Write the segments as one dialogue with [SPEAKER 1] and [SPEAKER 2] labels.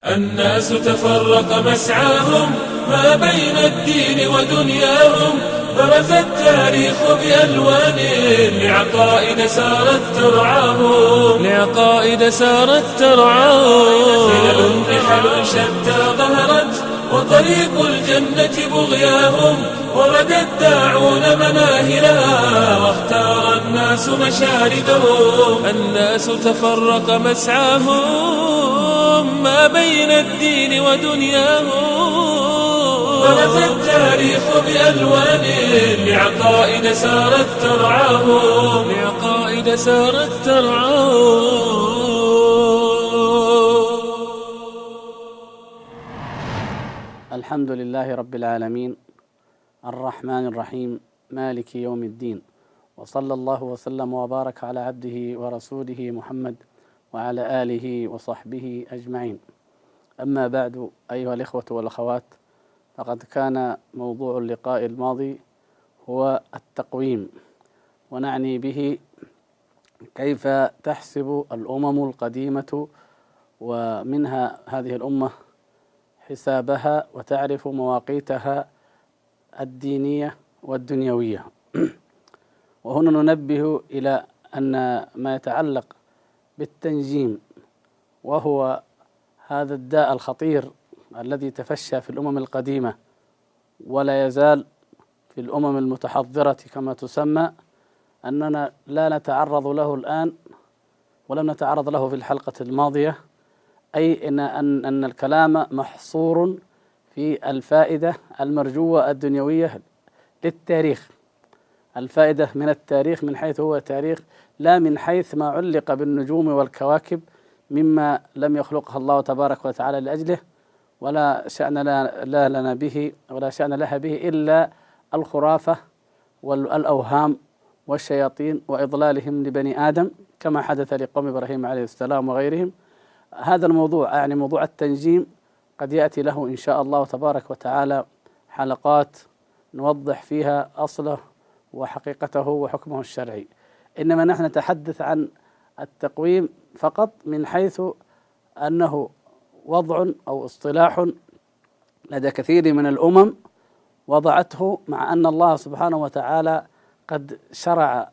[SPEAKER 1] الناس تفرق مسعاهم ما بين الدين ودنياهم، برز التاريخ بألوان لعقائد سارت ترعاهم. خلل رحل شتى ظهرت وطريق الجنة بغياهم، ورد الداعون مناهلها واختار الناس مشاردهم. الناس تفرق مسعاهم ما بين الدين ودنياهم، برز التاريخ بألوان لعقائد سارت ترعاهم.
[SPEAKER 2] الحمد لله رب العالمين الرحمن الرحيم مالك يوم الدين، وصلى الله وسلم وبارك على عبده ورسوله محمد وعلى آله وصحبه أجمعين. أما بعد، أيها الإخوة والأخوات، فقد كان موضوع اللقاء الماضي هو التقويم، ونعني به كيف تحسب الأمم القديمة ومنها هذه الأمة حسابها وتعرف مواقيتها الدينية والدنيوية. وهنا ننبه إلى أن ما يتعلق بالتنجيم، وهو هذا الداء الخطير الذي تفشى في الأمم القديمة ولا يزال في الأمم المتحضرة كما تسمى، أننا لا نتعرض له الآن ولم نتعرض له في الحلقة الماضية، أي أن الكلام محصور في الفائدة المرجوة الدنيوية للتاريخ، الفائدة من التاريخ من حيث هو تاريخ، لا من حيث ما علق بالنجوم والكواكب مما لم يخلقها الله تبارك وتعالى لأجله، ولا شأن لا لنا به ولا شأن لها به إلا الخرافة والأوهام والشياطين وإضلالهم لبني آدم كما حدث لقوم إبراهيم عليه السلام وغيرهم. هذا الموضوع يعني موضوع التنجيم قد يأتي له إن شاء الله تبارك وتعالى حلقات نوضح فيها أصله وحقيقته وحكمه الشرعي، إنما نحن نتحدث عن التقويم فقط من حيث أنه وضع أو اصطلاح لدى كثير من الأمم وضعته، مع أن الله سبحانه وتعالى قد شرع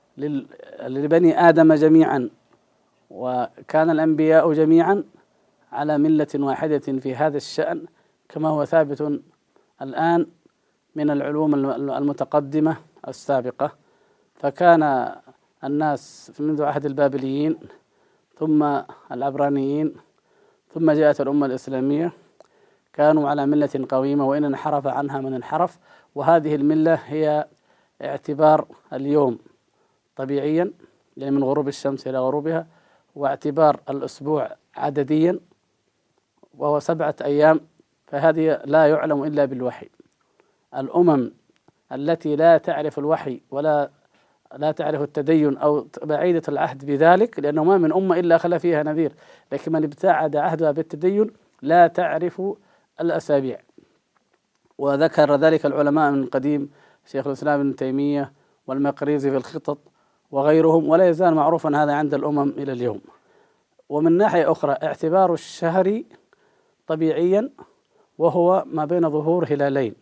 [SPEAKER 2] لبني آدم جميعا، وكان الأنبياء جميعا على ملة واحدة في هذا الشأن، كما هو ثابت الآن من العلوم المتقدمة السابقة. فكان الناس منذ عهد البابليين ثم العبرانيين ثم جاءت الأمة الإسلامية كانوا على ملة قويمة، وإن انحرف عنها من انحرف، وهذه الملة هي اعتبار اليوم طبيعيا يعني من غروب الشمس إلى غروبها، واعتبار الأسبوع عدديا وهو 7 أيام، فهذه لا يعلم إلا بالوحي. الأمم التي لا تعرف الوحي ولا تعرف التدين أو بعيدة العهد بذلك، لأنه ما من أمة إلا خلا فيها نذير، لكن من ابتعد عهدها بالتدين لا تعرف الأسابيع. وذكر ذلك العلماء من قديم، شيخ الإسلام ابن تيمية والمقريزي في الخطط وغيرهم، ولا يزال معروفا هذا عند الأمم إلى اليوم. ومن ناحية أخرى اعتبار الشهر طبيعيا وهو ما بين ظهور هلالين،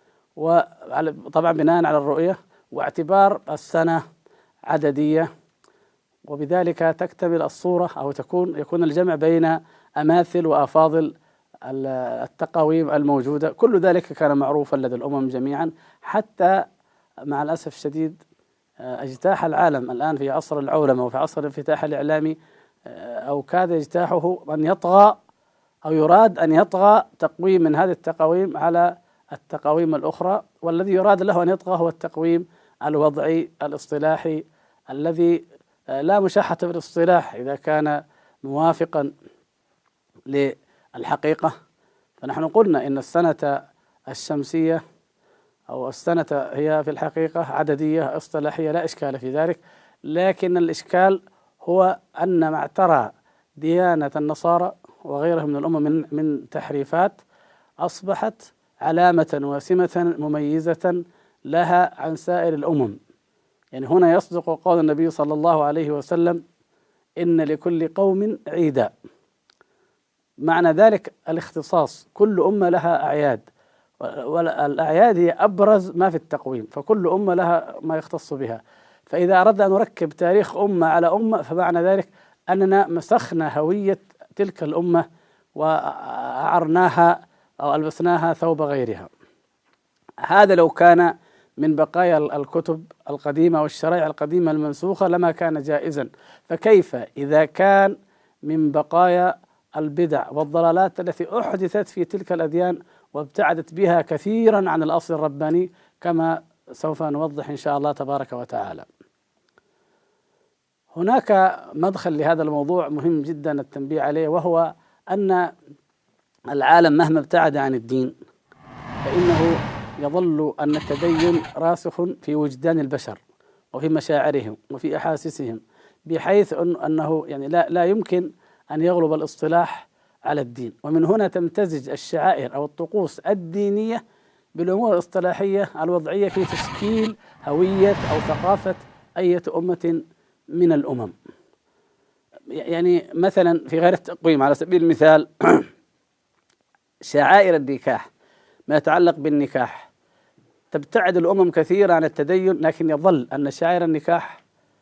[SPEAKER 2] وطبعا بناء على الرؤية، واعتبار السنة عددية، وبذلك تكتمل الصورة أو يكون الجمع بين أماثل وأفاضل التقاويم الموجودة. كل ذلك كان معروفا لدى الأمم جميعا، حتى مع الأسف الشديد اجتاح العالم الآن في عصر العولمة وفي عصر الانفتاح الإعلامي، أو كاد اجتاحه أن يطغى أو يراد أن يطغى تقويم من هذه التقاويم على التقاويم الأخرى، والذي يراد له أن يطغى هو التقويم الوضعي الاصطلاحي الذي لا مشاحة في الاصطلاح إذا كان موافقا للحقيقة. فنحن قلنا إن السنة الشمسية أو السنة هي في الحقيقة عددية اصطلاحية لا إشكال في ذلك، لكن الإشكال هو أن ما اعترى ديانة النصارى وغيرهم من الأمم من تحريفات أصبحت علامة وسمة مميزة لها عن سائر الأمم. يعني هنا يصدق قول النبي صلى الله عليه وسلم: إن لكل قوم عيدا. معنى ذلك الاختصاص، كل أمة لها أعياد، والأعياد هي أبرز ما في التقويم، فكل أمة لها ما يختص بها. فإذا أردنا أن نركب تاريخ أمة على أمة فمعنى ذلك أننا مسخنا هوية تلك الأمة وأعرناها أو ألبسناها ثوب غيرها. هذا لو كان من بقايا الكتب القديمة والشرائع القديمة المنسوخة لما كان جائزا، فكيف إذا كان من بقايا البدع والضلالات التي أحدثت في تلك الأديان وابتعدت بها كثيرا عن الأصل الرباني، كما سوف نوضح إن شاء الله تبارك وتعالى. هناك مدخل لهذا الموضوع مهم جدا التنبيه عليه، وهو أن العالم مهما ابتعد عن الدين فإنه يظل أن التدين راسخ في وجدان البشر وفي مشاعرهم وفي أحاسيسهم، بحيث أنه يعني لا يمكن أن يغلب الاصطلاح على الدين. ومن هنا تمتزج الشعائر أو الطقوس الدينية بالأمور الاصطلاحية الوضعية في تشكيل هوية أو ثقافة أي أمة من الأمم. يعني مثلا في غير التقويم على سبيل المثال شعائر النكاح، ما يتعلق بالنكاح، تبتعد الأمم كثيرا عن التدين، لكن يظل أن شعائر النكاح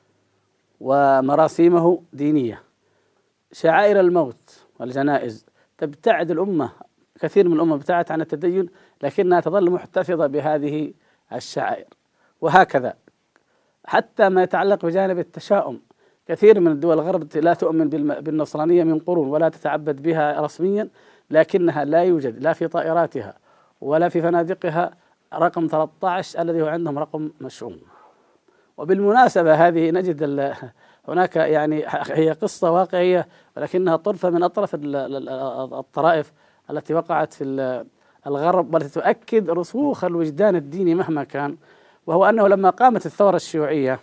[SPEAKER 2] ومراسيمه دينية. شعائر الموت والجنائز تبتعد الأمة، كثير من الأمة ابتعدت عن التدين لكنها تظل محتفظة بهذه الشعائر. وهكذا حتى ما يتعلق بجانب التشاؤم، كثير من الدول الغرب لا تؤمن بالنصرانية من قرون ولا تتعبد بها رسميا، لكنها لا يوجد لا في طائراتها ولا في فنادقها رقم 13 الذي هو عندهم رقم مشؤوم. وبالمناسبة هذه نجد هناك يعني هي قصة واقعية، ولكنها طرفة من أطراف الطرائف التي وقعت في الغرب والتي تؤكد رسوخ الوجدان الديني مهما كان. وهو أنه لما قامت الثورة الشيوعية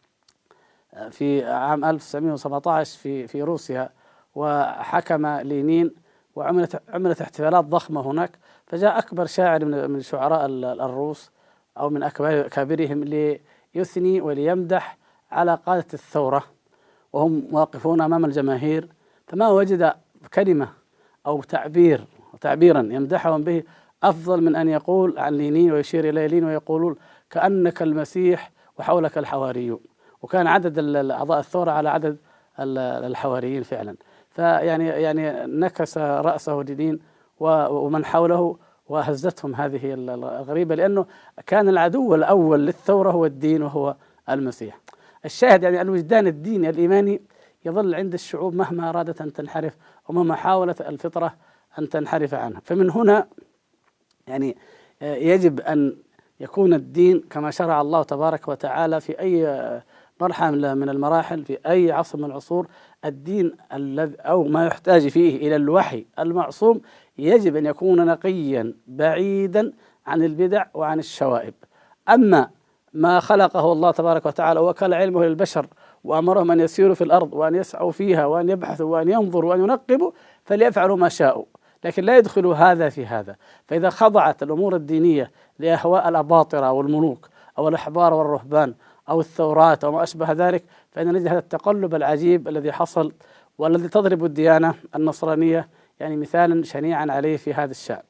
[SPEAKER 2] في عام 1917 في روسيا وحكم لينين وعملت احتفالات ضخمة هناك، فجاء أكبر شاعر من شعراء الروس أو من أكابرهم ليثني وليمدح على قادة الثورة وهم واقفون أمام الجماهير، فما وجد كلمة أو تعبيرا يمدحهم به أفضل من أن يقول عن لينين ويشير إلى لينين ويقولون كأنك المسيح وحولك الحواريون. وكان عدد أعضاء الثورة على عدد الحواريين فعلا. يعني نكس رأسه لينين ومن حوله وهزتهم هذه الغريبة، لأنه كان العدو الأول للثورة هو الدين وهو المسيح. الشاهد يعني الوجدان الديني الإيماني يظل عند الشعوب مهما أرادت أن تنحرف ومهما حاولت الفطرة أن تنحرف عنها. فمن هنا يعني يجب أن يكون الدين كما شرع الله تبارك وتعالى في أي مرحلة من المراحل في أي عصر من العصور. الدين الذي أو ما يحتاج فيه إلى الوحي المعصوم يجب أن يكون نقيا بعيدا عن البدع وعن الشوائب. أما ما خلقه الله تبارك وتعالى وكل علمه للبشر وأمرهم أن يسيروا في الأرض وأن يسعوا فيها وأن يبحثوا وأن ينظروا وأن ينقبوا فليفعلوا ما شاءوا، لكن لا يدخلوا هذا في هذا. فإذا خضعت الأمور الدينية لأهواء الأباطرة والملوك أو الأحبار والرهبان أو الثورات أو ما أشبه ذلك، فإن نجد هذا التقلب العجيب الذي حصل والذي تضرب الديانة النصرانية يعني مثالا شنيعا عليه في هذا الشأن.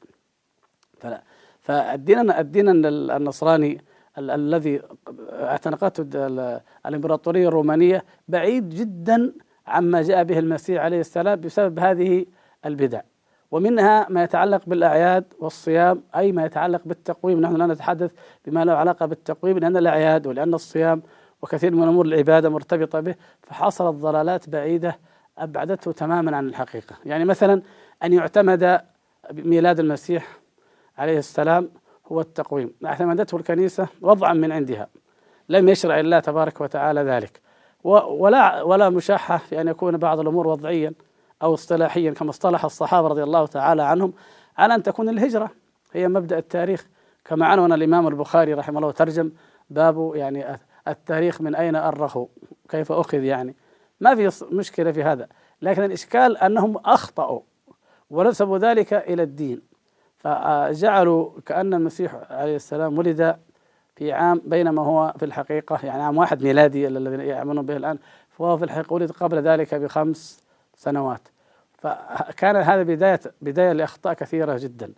[SPEAKER 2] فالدين النصراني الذي اعتنقته الإمبراطورية الرومانية بعيد جدا عما جاء به المسيح عليه السلام بسبب هذه البدع، ومنها ما يتعلق بالأعياد والصيام، أي ما يتعلق بالتقويم. نحن لا نتحدث بما له علاقة بالتقويم لأن الأعياد ولأن الصيام وكثير من أمور العبادة مرتبطة به، فحصلت ضلالات بعيدة أبعدته تماما عن الحقيقة. يعني مثلا أن يعتمد ميلاد المسيح عليه السلام هو التقويم، اعتمدته الكنيسة وضعا من عندها، لم يشرع الله تبارك وتعالى ذلك، ولا مشاحة في أن يكون بعض الأمور وضعيا أو اصطلاحيا كما اصطلح الصحابة رضي الله تعالى عنهم على أن تكون الهجرة هي مبدأ التاريخ، كما عنون الإمام البخاري رحمه الله ترجم باب يعني التاريخ من أين أرخوا كيف أخذ، يعني ما في مشكلة في هذا، لكن الإشكال أنهم أخطأوا ونسبوا ذلك إلى الدين، فجعلوا كأن المسيح عليه السلام ولد في عام بينما هو في الحقيقة يعني عام 1 ميلادي الذي يعملون به الآن، فهو في الحقيقة ولد قبل ذلك ب5 سنوات. فكان هذا بداية لأخطاء كثيرة جدا.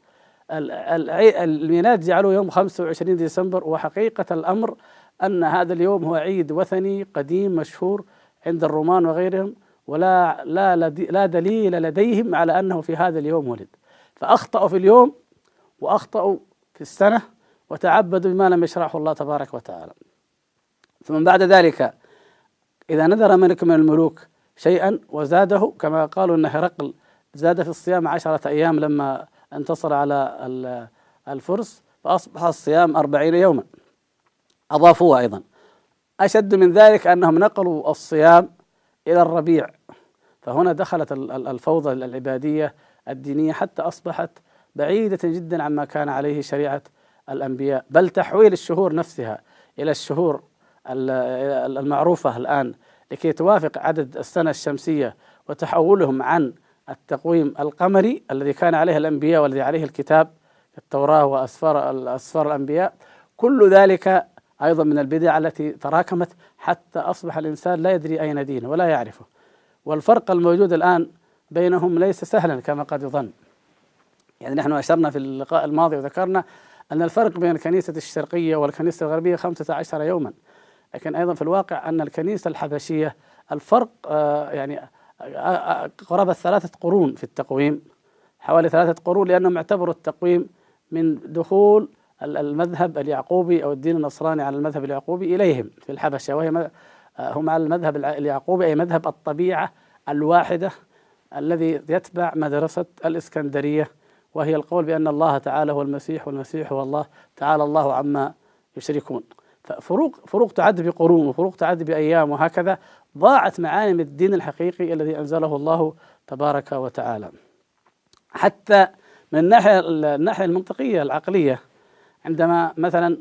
[SPEAKER 2] الميلاد جعلوه يوم 25 ديسمبر، وحقيقة الأمر أن هذا اليوم هو عيد وثني قديم مشهور عند الرومان وغيرهم، لا دليل لديهم على أنه في هذا اليوم ولد، فأخطأوا في اليوم وأخطأوا في السنة وتعبدوا بما لم يشرعه الله تبارك وتعالى. ثم بعد ذلك إذا نذر ملك من الملوك شيئا وزاده، كما قالوا أن هرقل زاد في الصيام 10 أيام لما انتصر على الفرس، فأصبح الصيام 40 يوما، أضافوه أيضا. أشد من ذلك أنهم نقلوا الصيام إلى الربيع، فهنا دخلت الفوضى العبادية الدينية حتى أصبحت بعيدة جدا عما كان عليه شريعة الأنبياء، بل تحويل الشهور نفسها إلى الشهور المعروفة الآن لكي توافق عدد السنة الشمسية، وتحولهم عن التقويم القمري الذي كان عليه الأنبياء والذي عليه الكتاب التوراة وأسفار الأنبياء. كل ذلك أيضا من البدع التي تراكمت حتى أصبح الإنسان لا يدري أين دينه ولا يعرفه، والفرق الموجود الآن بينهم ليس سهلا كما قد يظن. يعني نحن أشرنا في اللقاء الماضي وذكرنا أن الفرق بين الكنيسة الشرقية والكنيسة الغربية 15 يوما، لكن أيضا في الواقع أن الكنيسة الحبشية الفرق يعني قرابة 3 قرون في التقويم، حوالي 3 قرون، لأنهم اعتبروا التقويم من دخول المذهب اليعقوبي أو الدين النصراني على المذهب اليعقوبي إليهم في الحبشة، وهي هم على المذهب اليعقوبي أي مذهب الطبيعة الواحدة الذي يتبع مدرسة الإسكندرية، وهي القول بأن الله تعالى هو المسيح والمسيح هو الله، تعالى الله عما يشركون. ففروق تعد بقرون وفروق تعد بأيام، وهكذا ضاعت معالم الدين الحقيقي الذي أنزله الله تبارك وتعالى. حتى من الناحية المنطقية العقلية، عندما مثلا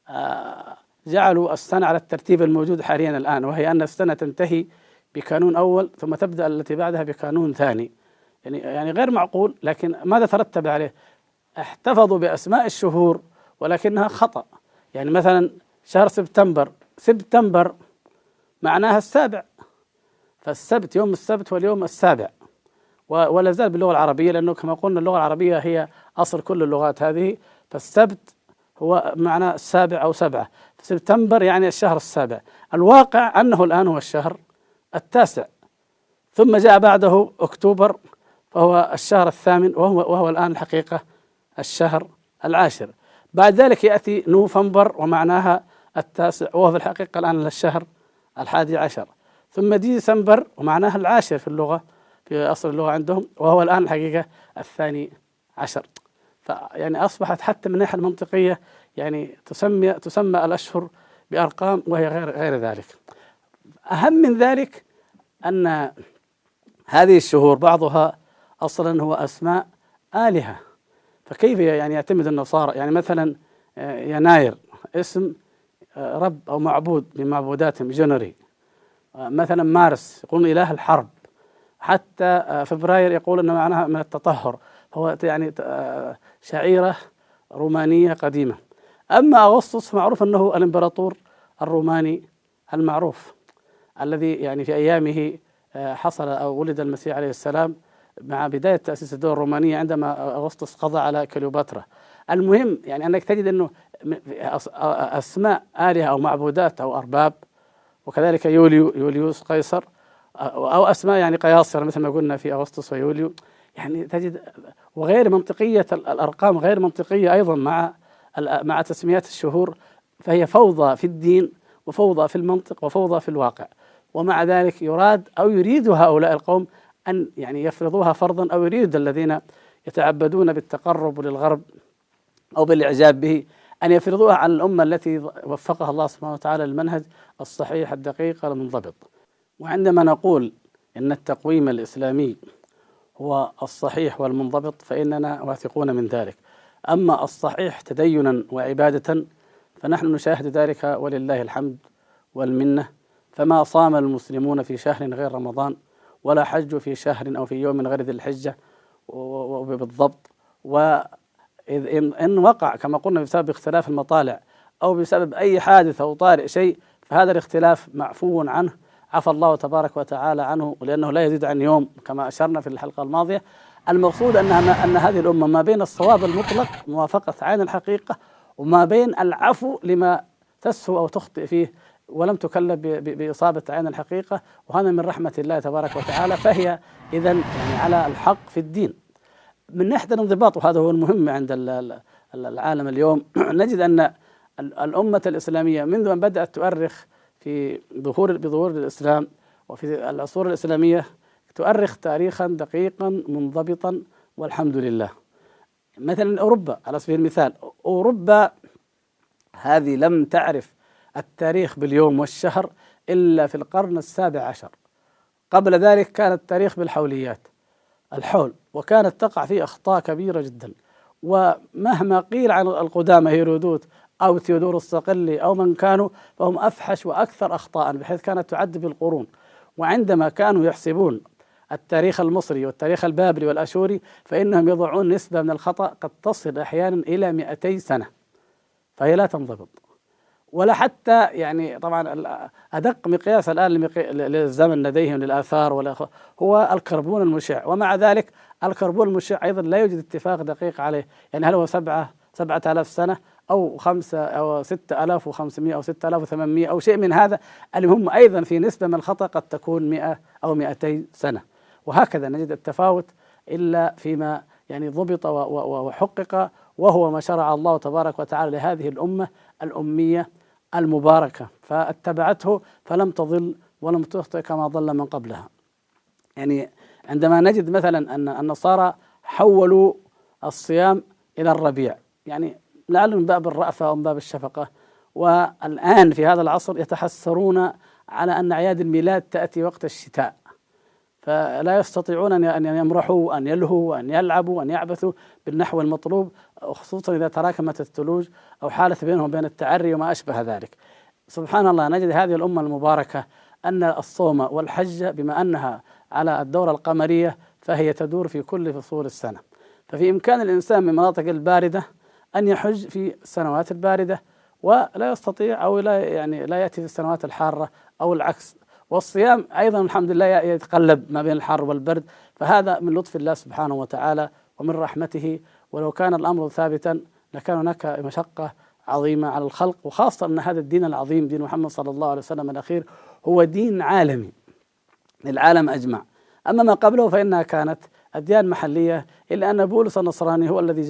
[SPEAKER 2] جعلوا السنة على الترتيب الموجود حاليا الآن، وهي أن السنة تنتهي بكانون أول ثم تبدأ التي بعدها بكانون ثاني، يعني غير معقول. لكن ماذا ترتب عليه؟ احتفظوا بأسماء الشهور ولكنها خطأ. يعني مثلا شهر سبتمبر معناها 7، فالسبت يوم السبت واليوم 7، ولا زال باللغة العربية، لأنه كما قلنا اللغة العربية هي أصل كل اللغات هذه، فالسبت هو معنى 7 أو 7، سبتمبر يعني الشهر 7. الواقع أنه الآن هو الشهر 9، ثم جاء بعده أكتوبر فهو الشهر 8، وهو الآن الحقيقة الشهر 10. بعد ذلك يأتي نوفمبر ومعناها 9، وهو في الحقيقة الآن الشهر 11. ثم ديسمبر ومعناها 10 في اللغة، في أصل اللغة عندهم، وهو الآن الحقيقة 12. فيعني أصبحت حتى من الناحية المنطقية يعني تسمى الأشهر بأرقام وهي غير ذلك. أهم من ذلك أن هذه الشهور بعضها أصلا هو أسماء آلهة، فكيف يعني يعتمد النصارى؟ يعني مثلا يناير اسم رب أو معبود من معبوداتهم جنري، مثلا مارس يقولون إله الحرب، حتى فبراير يقول أن معناها من التطهر، هو يعني شعيرة رومانية قديمة. أما أغسطس معروف أنه الإمبراطور الروماني المعروف الذي يعني في أيامه حصل أو ولد المسيح عليه السلام مع بداية تأسيس الدولة الرومانية عندما أغسطس قضى على كليوباترا. المهم يعني أنك تجد أنه أسماء آلهة أو معبودات أو أرباب، وكذلك يوليوس قيصر، أو أسماء يعني قياصرة مثل ما قلنا في أغسطس ويوليو، يعني تجد وغير منطقية الأرقام غير منطقية أيضا مع تسميات الشهور، فهي فوضى في الدين وفوضى في المنطق وفوضى في الواقع. ومع ذلك يريد هؤلاء القوم أن يعني يفرضوها فرضا، أو يريد الذين يتعبدون بالتقرب للغرب أو بالإعجاب به أن يفرضوها على الأمة التي وفقها الله سبحانه وتعالى للمنهج الصحيح الدقيق المنضبط. وعندما نقول إن التقويم الإسلامي هو الصحيح والمنضبط فإننا واثقون من ذلك. أما الصحيح تدينا وعبادة فنحن نشاهد ذلك ولله الحمد والمنة، فما صام المسلمون في شهر غير رمضان، ولا حج في شهر أو في يوم غير ذي الحجة وبالضبط. وإن وقع كما قلنا بسبب اختلاف المطالع أو بسبب أي حادث أو طارئ شيء، فهذا الاختلاف معفو عنه عفى الله تبارك وتعالى عنه، ولأنه لا يزيد عن يوم كما أشرنا في الحلقة الماضية. المقصود أن هذه الأمة ما بين الصواب المطلق موافقة عين الحقيقة، وما بين العفو لما تسهو أو تخطئ فيه ولم تكلف بإصابة عين الحقيقة، وهذا من رحمة الله تبارك وتعالى. فهي إذن يعني على الحق في الدين من ناحية الانضباط، وهذا هو المهم عند العالم اليوم. نجد أن الأمة الإسلامية منذ أن بدأت تؤرخ في بظهور الإسلام وفي العصور الإسلامية تؤرخ تاريخا دقيقا منضبطا والحمد لله. مثلا أوروبا على سبيل المثال، أوروبا هذه لم تعرف التاريخ باليوم والشهر إلا في القرن ال17. قبل ذلك كان التاريخ بالحوليات، الحول، وكانت تقع فيه أخطاء كبيرة جدا. ومهما قيل عن القدامى هيرودوت أو ثيودور الصقلي أو من كانوا، فهم أفحش وأكثر أخطاء، بحيث كانت تعد بالقرون. وعندما كانوا يحسبون التاريخ المصري والتاريخ البابلي والأشوري فإنهم يضعون نسبة من الخطأ قد تصل أحيانا إلى 200 سنة، فهي لا تنضبط. ولا حتى يعني طبعا أدق مقياس الآن للزمن لديهم للآثار هو الكربون المشع، ومع ذلك الكربون المشع أيضا لا يوجد اتفاق دقيق عليه. يعني هل هو 7,000 سنة أو 5 أو 6,500 أو 6,800 أو شيء من هذا، المهم أيضا في نسبة من الخطأ قد تكون 100 أو 200 سنة. وهكذا نجد التفاوت إلا فيما يعني ضبط وحقق، وهو ما شرع الله تبارك وتعالى لهذه الأمة الأمية المباركة، فاتبعته فلم تضل ولم تخطئ كما ضل من قبلها. يعني عندما نجد مثلا أن النصارى حولوا الصيام إلى الربيع، يعني لعله من باب الرأفة أو من باب الشفقة، والآن في هذا العصر يتحسرون على أن أعياد الميلاد تأتي وقت الشتاء، فلا يستطيعون أن يمرحوا وأن يلهوا وأن يلعبوا وأن يعبثوا بالنحو المطلوب، خصوصا إذا تراكمت الثلوج أو حالت بينهم وبين التعري وما أشبه ذلك. سبحان الله، نجد هذه الأمة المباركة أن الصوم والحج بما أنها على الدورة القمرية فهي تدور في كل فصول السنة، ففي إمكان الإنسان من المناطق الباردة أن يحج في السنوات الباردة، ولا يستطيع أو لا يأتي في السنوات الحارة أو العكس. والصيام أيضا الحمد لله يتقلب ما بين الحر والبرد، فهذا من لطف الله سبحانه وتعالى ومن رحمته. ولو كان الأمر ثابتا لكان هناك مشقة عظيمة على الخلق، وخاصة أن هذا الدين العظيم دين محمد صلى الله عليه وسلم الأخير هو دين عالمي للعالم أجمع. أما ما قبله فإنها كانت أديان محلية، إلا أن بولس النصراني هو الذي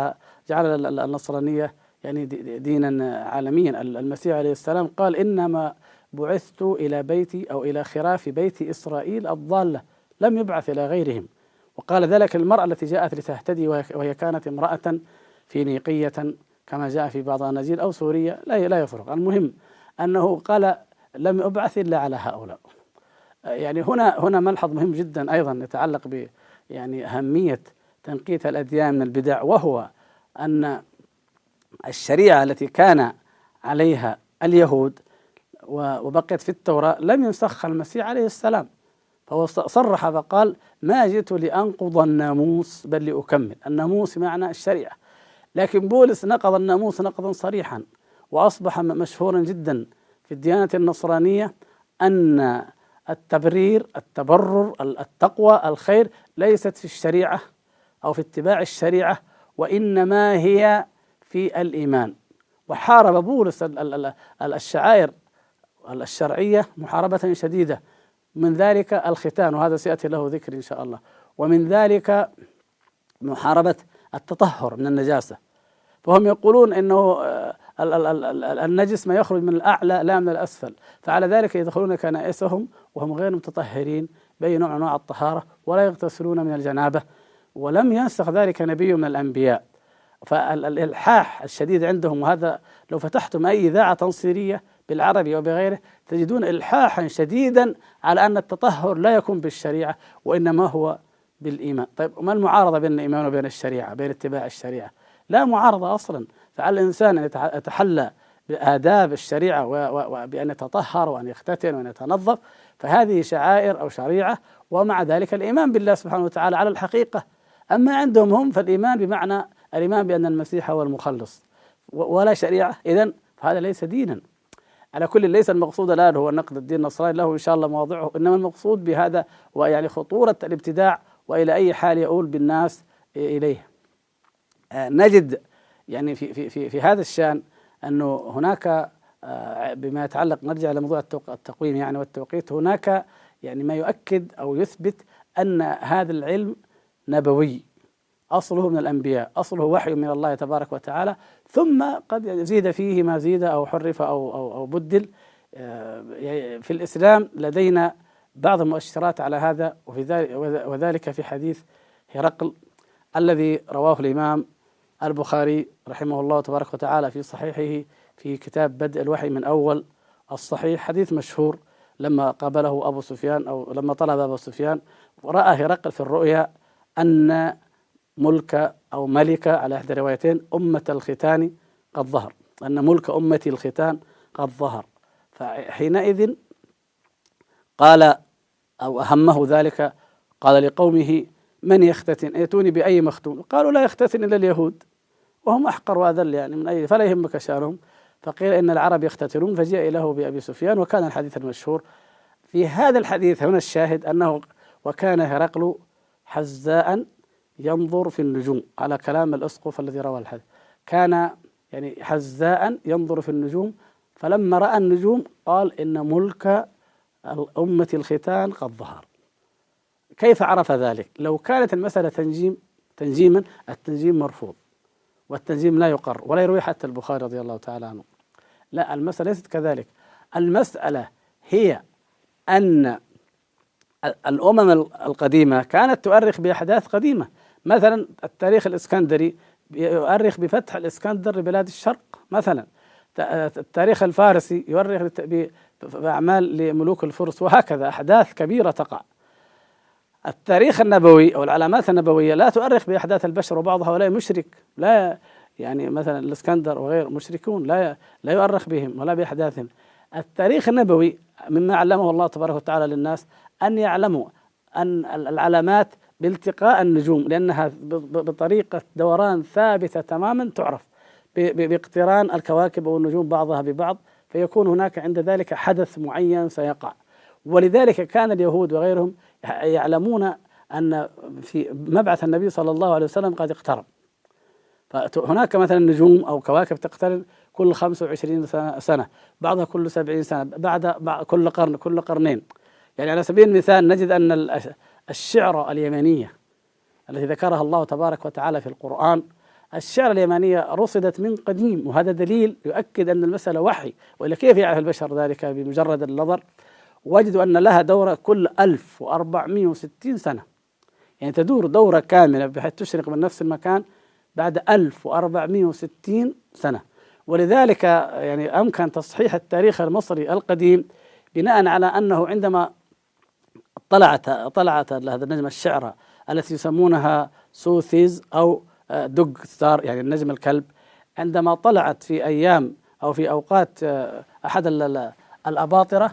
[SPEAKER 2] جعل النصرانية يعني دينا عالميا. المسيح عليه السلام قال: إنما بعثت إلى بيتي أو إلى خراف بيت إسرائيل الضالة، لم يبعث إلى غيرهم. وقال ذلك المرأة التي جاءت لتهتدي وهي كانت امرأة فينيقية كما جاء في بعض الأناجيل أو سورية، لا يفرق. المهم أنه قال: لم أبعث إلا على هؤلاء. يعني هنا ملحظ مهم جدا أيضا يتعلق ب يعني أهمية تنقية الأديان من البدع، وهو أن الشريعة التي كان عليها اليهود وبقيت في التوراة لم ينسخها المسيح عليه السلام، فهو صرح فقال: ما جئت لأنقض الناموس بل لأكمل. الناموس معنى الشريعة، لكن بولس نقض الناموس نقضا صريحا، وأصبح مشهورا جدا في الديانة النصرانية أن التبرر، التقوى، الخير ليست في الشريعة أو في اتباع الشريعة، وإنما هي في الإيمان. وحارب بولس الشعائر الشرعية محاربة شديدة، من ذلك الختان، وهذا سيأتي له ذكر إن شاء الله، ومن ذلك محاربة التطهر من النجاسة. فهم يقولون إنه النجس ما يخرج من الأعلى لا من الأسفل، فعلى ذلك يدخلون كنائسهم وهم غير متطهرين بأي نوع من أنواع الطهارة، ولا يغتسلون من الجنابة، ولم ينسخ ذلك نبي من الأنبياء. فالإلحاح الشديد عندهم، وهذا لو فتحتم أي إذاعة تنصيرية بالعربي وبغيره تجدون إلحاحا شديدا على أن التطهر لا يكون بالشريعة وإنما هو بالإيمان. طيب، وما المعارضة بين الإيمان وبين الشريعة، بين اتباع الشريعة؟ لا معارضة أصلا. فعلى الإنسان أن يتحلى بآداب الشريعة وبأن يتطهر وأن يختتن وأن يتنظف، فهذه شعائر أو شريعة، ومع ذلك الإيمان بالله سبحانه وتعالى على الحقيقة. أما عندهم هم فالإيمان بمعنى الإيمان بأن المسيح هو المخلص ولا شريعة، إذن فهذا ليس دينا. على كل، ليس المقصود الآن هو نقد الدين النصراني، له إن شاء الله مواضعه، إنما المقصود بهذا ويعني خطورة الابتداع وإلى أي حال يؤول بالناس إليه. نجد يعني في هذا الشأن أنه هناك بما يتعلق، نرجع إلى موضوع التقويم يعني والتوقيت، هناك يعني ما يؤكد أو يثبت أن هذا العلم نبوي، أصله من الأنبياء، أصله وحي من الله تبارك وتعالى، ثم قد زيد فيه ما زيد أو حرف أو بدل. في الإسلام لدينا بعض المؤشرات على هذا، وذلك في حديث هرقل الذي رواه الإمام البخاري رحمه الله تبارك وتعالى في صحيحه في كتاب بدء الوحي من أول الصحيح، حديث مشهور لما قابله أبو سفيان أو لما طلب أبو سفيان، ورأى هرقل في الرؤيا أن ملك أو ملك على إحدى الروايتين أمة الختان قد ظهر، أن ملك أمة الختان قد ظهر. فحينئذ قال أو أهمه ذلك، قال لقومه من يختتن؟ ائتوني بأي مختون. قالوا لا يختتن إلا اليهود وهم أحقر وأذل يعني من أي، فلا يهمك شأنهم. فقيل إن العرب يختتنون، فجاء له بأبي سفيان، وكان الحديث المشهور. في هذا الحديث هنا الشاهد أنه وكان هرقل حزاء ينظر في النجوم، على كلام الأسقف الذي روى الحديث، كان يعني حزاء ينظر في النجوم، فلما رأى النجوم قال إن ملك أمة الختان قد ظهر. كيف عرف ذلك؟ لو كانت المسألة تنجيما، التنجيم مرفوض والتنجيم لا يقر ولا يروي حتى البخاري رضي الله تعالى عنه. لا، المسألة ليست كذلك. المسألة هي أن الأمم القديمة كانت تؤرخ بأحداث قديمة، مثلا التاريخ الإسكندري يؤرخ بفتح الإسكندر لبلاد الشرق، مثلا التاريخ الفارسي يؤرخ بأعمال لملوك الفرس، وهكذا أحداث كبيرة تقع. التاريخ النبوي أو العلامات النبوية لا تؤرخ بأحداث البشر، وبعض هؤلاء مشرك، لا يعني مثلا الإسكندر وغير مشركون لا يؤرخ بهم ولا بأحداثهم. التاريخ النبوي مما علمه الله تبارك وتعالى للناس أن يعلموا أن العلامات بالتقاء النجوم، لأنها بطريقة دوران ثابتة تماما تعرف باقتران الكواكب والنجوم بعضها ببعض، فيكون هناك عند ذلك حدث معين سيقع. ولذلك كان اليهود وغيرهم يعلمون أن في مبعث النبي صلى الله عليه وسلم قد اقترب، فهناك مثلا نجوم أو كواكب تقترب كل 25 سنة، بعضها كل 70 سنة، بعد كل قرن، كل قرنين. يعني على سبيل المثال نجد أن الشعر اليمنية التي ذكرها الله تبارك وتعالى في القرآن، الشعر اليمنية رصدت من قديم، وهذا دليل يؤكد أن المسألة وحي. وإلا كيف يعرف البشر ذلك بمجرد النظر؟ وجدوا أن لها دورة كل 1460 سنة، يعني تدور دورة كاملة بحيث تشرق من نفس المكان بعد 1460 سنة. ولذلك يعني أمكن تصحيح التاريخ المصري القديم بناء على أنه عندما طلعت هذا النجم الشعرة التي يسمونها سوثيز أو دوغ ستار، يعني النجم الكلب، عندما طلعت في أيام أو في أوقات أحد الأباطرة،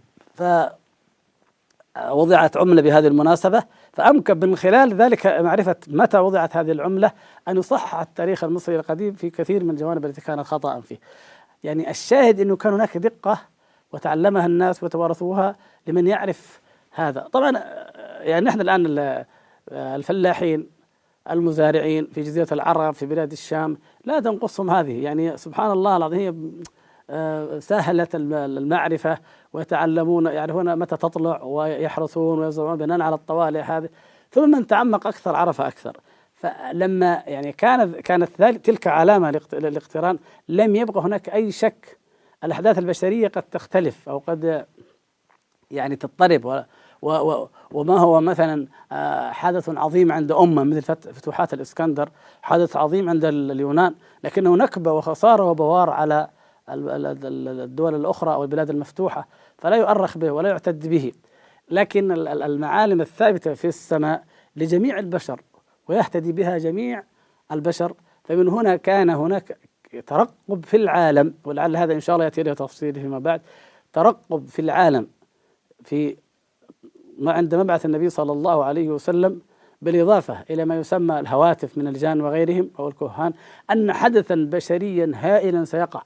[SPEAKER 2] فوضعت عملة بهذه المناسبة، فأمكن من خلال ذلك معرفة متى وضعت هذه العملة أن يصحح التاريخ المصري القديم في كثير من الجوانب التي كانت خطأ فيه. يعني الشاهد أنه كان هناك دقة وتعلمها الناس وتوارثوها لمن يعرف هذا. طبعا يعني نحن الآن الفلاحين المزارعين في جزيرة العرب في بلاد الشام لا تنقصهم هذه، يعني سبحان الله العظيم هي سهلت المعرفة، ويتعلمون يعرفون متى تطلع ويحرثون ويزرعون بناء على الطوالع هذه. ثم من تعمق أكثر عرف أكثر. فلما يعني كانت تلك علامة للاقتران، لم يبقى هناك أي شك. الأحداث البشرية قد تختلف أو قد يعني تضطرب، وما هو مثلا حدث عظيم عند أمة مثل فتوحات الإسكندر، حدث عظيم عند اليونان، لكنه نكبة وخسارة وبوار على الدول الأخرى أو البلاد المفتوحة، فلا يؤرخ به ولا يعتد به. لكن المعالم الثابتة في السماء لجميع البشر ويهتدي بها جميع البشر، فمن هنا كان هناك ترقب في العالم، ولعل هذا إن شاء الله يأتي له تفصيله فيما بعد. ترقب في العالم في ما عند مبعث النبي صلى الله عليه وسلم، بالإضافة إلى ما يسمى الهواتف من الجان وغيرهم أو الكهان، أن حدثا بشريا هائلا سيقع،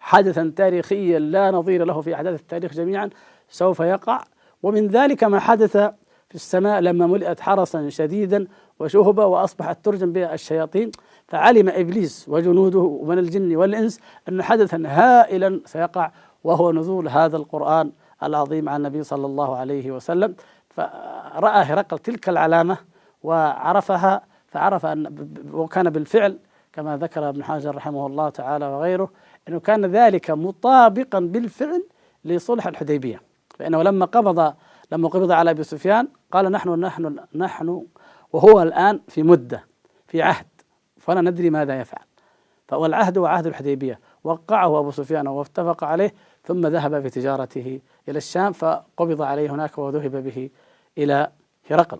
[SPEAKER 2] حدثا تاريخيا لا نظير له في أحداث التاريخ جميعا سوف يقع. ومن ذلك ما حدث في السماء لما ملئت حرسا شديدا وشهبا وأصبحت ترجم بها الشياطين، فعلم إبليس وجنوده من الجن والإنس أن حدثا هائلا سيقع، وهو نزول هذا القرآن العظيم عن النبي صلى الله عليه وسلم. فرأى هرقل تلك العلامة وعرفها، فعرف أن وكان بالفعل كما ذكر ابن حجر رحمه الله تعالى وغيره أنه كان ذلك مطابقا بالفعل لصلح الحديبية. فإنه لما قبض على أبي سفيان قال نحن وهو الآن في مدة في عهد فلا ندري ماذا يفعل، فالعهد وعهد الحديبية وقعه أبو سفيان واتفق عليه، ثم ذهب بتجارته إلى الشام فقبض عليه هناك وذهب به إلى هرقل.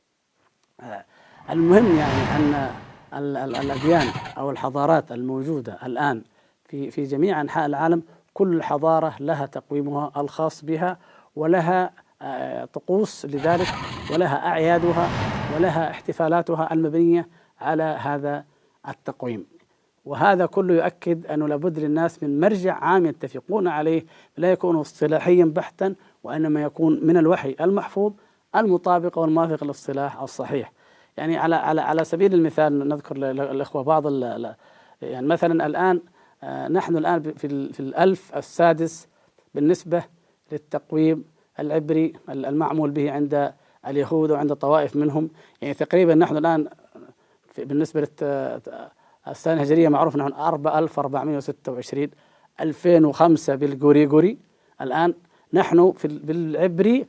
[SPEAKER 2] المهم يعني أن الأديان أو الحضارات الموجودة الآن في جميع أنحاء العالم كل حضارة لها تقويمها الخاص بها، ولها طقوس لذلك، ولها أعيادها، ولها احتفالاتها المبنية على هذا التقويم. وهذا كله يؤكد أنه لابد للناس من مرجع عام يتفقون عليه، لا يكون اصطلاحيا بحتا، وإنما يكون من الوحي المحفوظ المطابق والموافق للصلاح الصحيح. يعني على سبيل المثال نذكر للإخوة بعض يعني مثلا الآن نحن الآن في الألف السادس بالنسبة للتقويم العبري المعمول به عند اليهود وعند طوائف منهم. يعني تقريبا نحن الآن بالنسبة للسنة الهجرية معروف نحن 4426، 2005 بالغوريغوري، الآن نحن بالعبري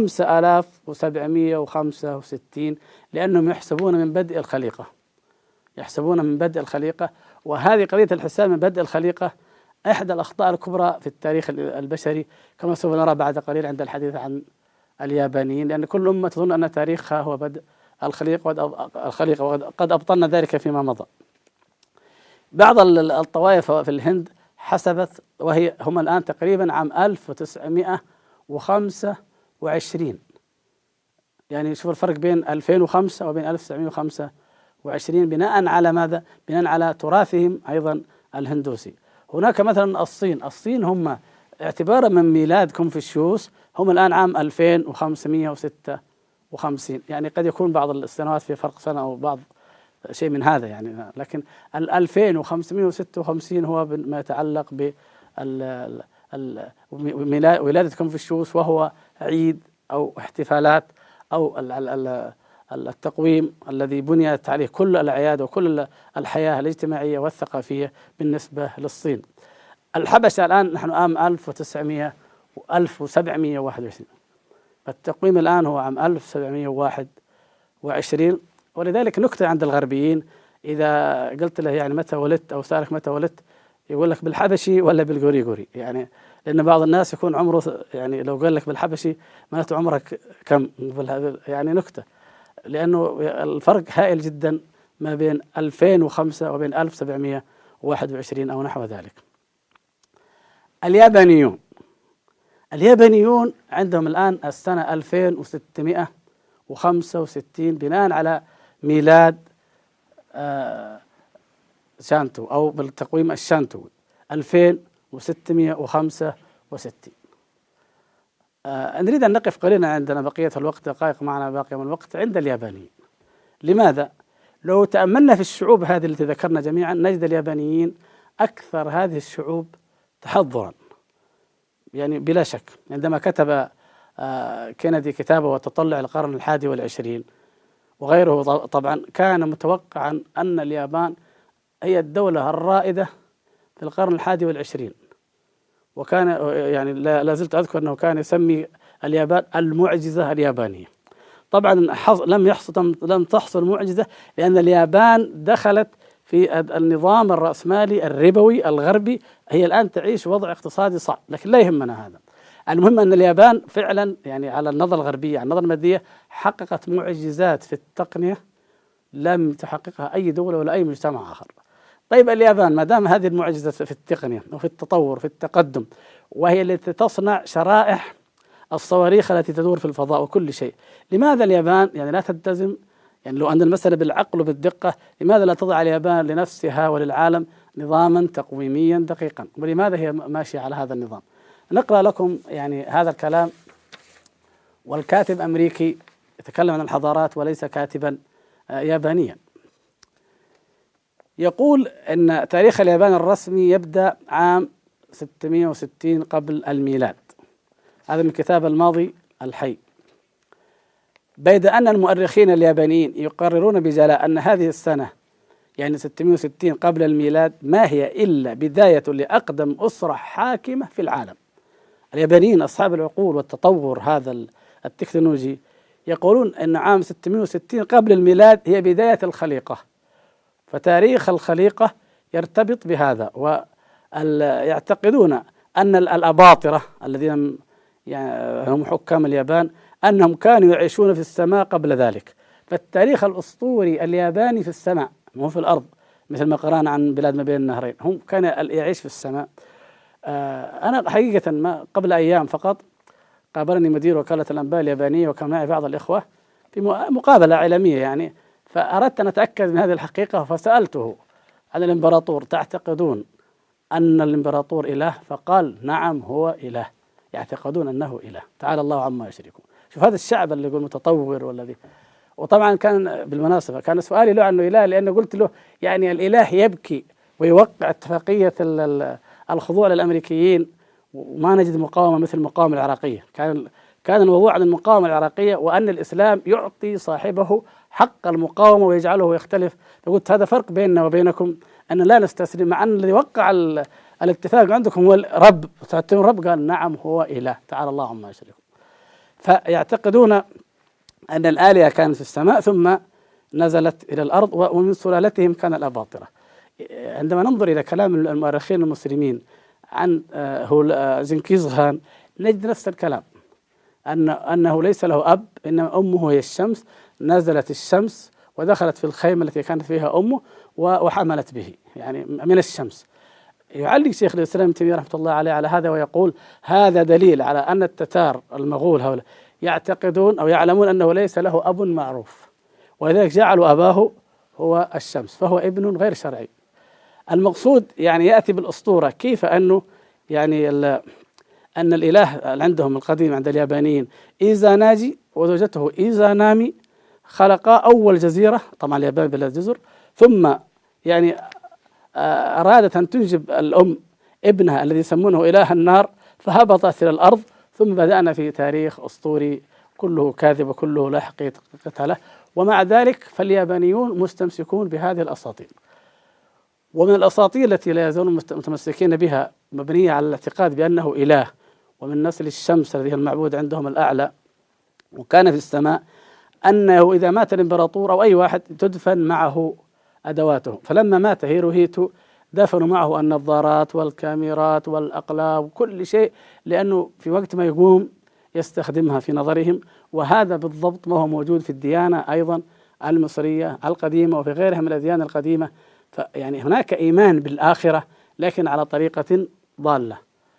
[SPEAKER 2] 5765 لأنهم يحسبون من بدء الخليقة. وهذه قضية الحساب من بدء الخليقة إحدى الأخطاء الكبرى في التاريخ البشري، كما سوف نرى بعد قليل عند الحديث عن اليابانيين، لأن كل أمة تظن أن تاريخها هو بدء الخليقة وقد أبطلنا ذلك فيما مضى. بعض الطوائف في الهند حسبت هم الآن تقريبا عام 1925، يعني شوف الفرق بين 2005 وبين 1925 بناء على ماذا؟ بناء على تراثهم أيضا الهندوسي. هناك مثلا الصين هم اعتبارا من ميلاد كونفوشيوس هم الآن عام 2556، يعني قد يكون بعض السنوات في فرق سنة أو بعض شيء من هذا يعني، لكن 2556 هو ما يتعلق بولادة كونفوشيوس، وهو عيد أو احتفالات أو التقويم الذي بنيت عليه كل الأعياد وكل الحياة الاجتماعية والثقافية بالنسبة للصين. الحبشة الآن نحن عام 1721، فالتقويم الآن هو عام 1721. ولذلك نكتة عند الغربيين إذا قلت له يعني متى ولدت أو سألك متى ولدت يقول لك بالحبشي ولا بالغوريغوري، يعني لأن بعض الناس يكون عمره يعني لو قال لك بالحبشي معناته عمرك كم، يعني نكتة، لأنه الفرق هائل جدا ما بين 2005 وبين 1721 أو نحو ذلك. اليابانيون عندهم الآن السنة 2665 بناء على ميلاد شانتو أو بالتقويم الشانتو 2665. نريد أن نقف قليلا، عندنا بقية الوقت دقائق معنا باقية من الوقت عند اليابانيين. لماذا؟ لو تأملنا في الشعوب هذه التي ذكرنا جميعا نجد اليابانيين أكثر هذه الشعوب تحضرا، يعني بلا شك. عندما كتب كينيدي كتابه وتطلع القرن 21 وغيره طبعا كان متوقعا أن اليابان هي الدولة الرائدة في القرن 21، وكان يعني لا زلت أذكر أنه كان يسمي اليابان المعجزة اليابانية. طبعا لم تحصل معجزة، لأن اليابان دخلت في النظام الرأسمالي الربوي الغربي، هي الآن تعيش وضع اقتصادي صعب، لكن لا يهمنا هذا. المهم أن اليابان فعلا يعني على النظرة الغربية على النظرة المادية حققت معجزات في التقنية لم تحققها أي دولة ولا أي مجتمع آخر. طيب اليابان ما دام هذه المعجزة في التقنية وفي التطور في التقدم، وهي التي تصنع شرائح الصواريخ التي تدور في الفضاء وكل شيء، لماذا اليابان يعني لا تلتزم يعني لو أن المسألة بالعقل وبالدقة، لماذا لا تضع اليابان لنفسها وللعالم نظاما تقويميا دقيقا؟ ولماذا هي ماشية على هذا النظام؟ نقرأ لكم يعني هذا الكلام، والكاتب أمريكي يتكلم عن الحضارات وليس كاتبا يابانيا. يقول أن تاريخ اليابان الرسمي يبدأ عام 660 قبل الميلاد. هذا من كتاب الماضي الحي. بيد أن المؤرخين اليابانيين يقررون بجلاء أن هذه السنة يعني 660 قبل الميلاد ما هي إلا بداية لأقدم أسرة حاكمة في العالم. اليابانيين أصحاب العقول والتطور هذا التكنولوجي يقولون أن عام 660 قبل الميلاد هي بداية الخليقة، فتاريخ الخليقة يرتبط بهذا. ويعتقدون أن الأباطرة الذين يعني هم حكام اليابان أنهم كانوا يعيشون في السماء قبل ذلك، فالتاريخ الأسطوري الياباني في السماء مو في الأرض، مثل ما قرأنا عن بلاد ما بين النهرين، هم كان يعيش في السماء. أنا حقيقة ما قبل أيام فقط قابلني مدير وكالة الأنباء اليابانية وكان معي بعض الإخوة في مقابلة إعلامية يعني، فأردت أن أتأكد من هذه الحقيقة فسألته عن الإمبراطور: تعتقدون أن الإمبراطور إله؟ فقال: نعم هو إله، يعتقدون أنه إله، تعالى الله عما يشركون. شوف هذا الشعب اللي يقول متطور والذي. وطبعا كان بالمناسبة كان سؤالي له عنه إله لأنه قلت له يعني الإله يبكي ويوقع اتفاقية الخضوع للأمريكيين وما نجد مقاومة مثل المقاومة العراقية. كان الموضوع عن المقاومة العراقية وأن الإسلام يعطي صاحبه حق المقاومة ويجعله يختلف. فقلت هذا فرق بيننا وبينكم، أن لا نستسلم، مع أن الذي وقع الاتفاق عندكم هو رب، تعتبرون رب؟ قال: نعم هو إله، تعالى الله عما يشركون. فيعتقدون أن الآلهة كانت في السماء ثم نزلت إلى الأرض، ومن سلالتهم كان الأباطرة. عندما ننظر إلى كلام المؤرخين المسلمين عن جنكيز خان نجد نفس الكلام، أنه ليس له أب، إنما أمه هي الشمس، نزلت الشمس ودخلت في الخيمة التي كانت فيها أمه وحملت به، يعني من الشمس. يعلق شيخ الإسلام ابن تيمية رحمة الله عليه على هذا ويقول: هذا دليل على أن التتار المغول هؤلاء يعتقدون أو يعلمون أنه ليس له أب معروف، ولذلك جعلوا أباه هو الشمس، فهو ابن غير شرعي. المقصود يعني يأتي بالأسطورة، كيف أنه يعني أن الإله عندهم القديم عند اليابانيين إيزاناجي وزوجته إيزانامي خلقا أول جزيرة، طبعا اليابان بلاد جزر، ثم يعني أرادت أن تنجب الأم ابنها الذي يسمونه إله النار، فهبطت إلى الأرض. ثم بدأنا في تاريخ أسطوري كله كاذب وكله لا حقيقة له. ومع ذلك فاليابانيون مستمسكون بهذه الأساطير. ومن الأساطير التي لا يزالون متمسكين بها مبنية على الاعتقاد بأنه إله ومن نسل الشمس الذي هي المعبود عندهم الأعلى وكان في السماء، أنه إذا مات الإمبراطور أو أي واحد تدفن معه أدواته. فلما مات هيروهيتو دفنوا معه النظارات والكاميرات والأقلام وكل شيء، لأنه في وقت ما يقوم يستخدمها في نظرهم. وهذا بالضبط ما هو موجود في الديانة أيضا المصرية القديمة وفي غيرها من الأديان القديمة. فيعني هناك إيمان بالآخرة لكن على طريقة ضالة.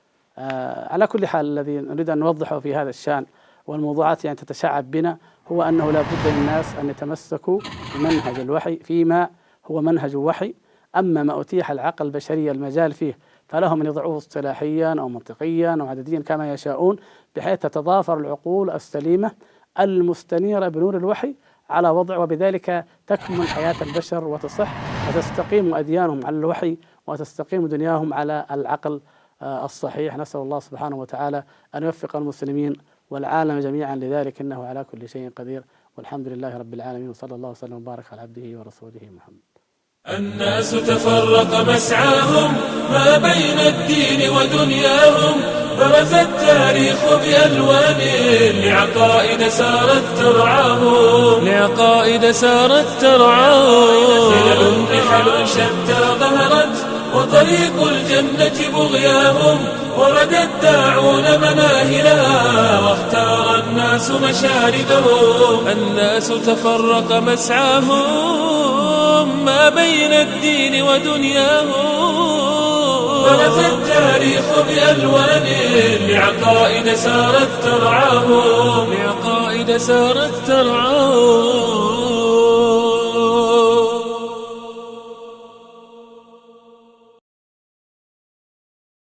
[SPEAKER 2] على كل حال الذي نريد أن نوضحه في هذا الشأن والموضوعات يعني تتشعب بنا هو أنه لا بد للناس أن يتمسكوا بمنهج الوحي فيما هو منهج وحي. أما ما أتيح العقل البشري المجال فيه فلهم أن يضعوه اصطلاحيا أو منطقيا أو عدديا كما يشاءون، بحيث تتضافر العقول السليمة المستنيرة بنور الوحي على وضع، وبذلك تكمن حياة البشر وتصح وتستقيم أديانهم على الوحي وتستقيم دنياهم على العقل الصحيح. نسأل الله سبحانه وتعالى أن يوفق المسلمين والعالم جميعا لذلك، إنه على كل شيء قدير، والحمد لله رب العالمين، وصلى الله وسلم وبارك على عبده ورسوله محمد.
[SPEAKER 1] الناس تفرق مسعاهم ما بين الدين ودنياهم، برز التاريخ بألوان لعقائد سارت ترعاهم خلل رحل شتى ظهرت وطريق الجنة بغياهم، ورد الداعون مناهلها واختار الناس مشاردهم. الناس تفرق مسعاهم ما بين الدين ودنياهم، برز التاريخ بألوان لعقائد سارت ترعاهم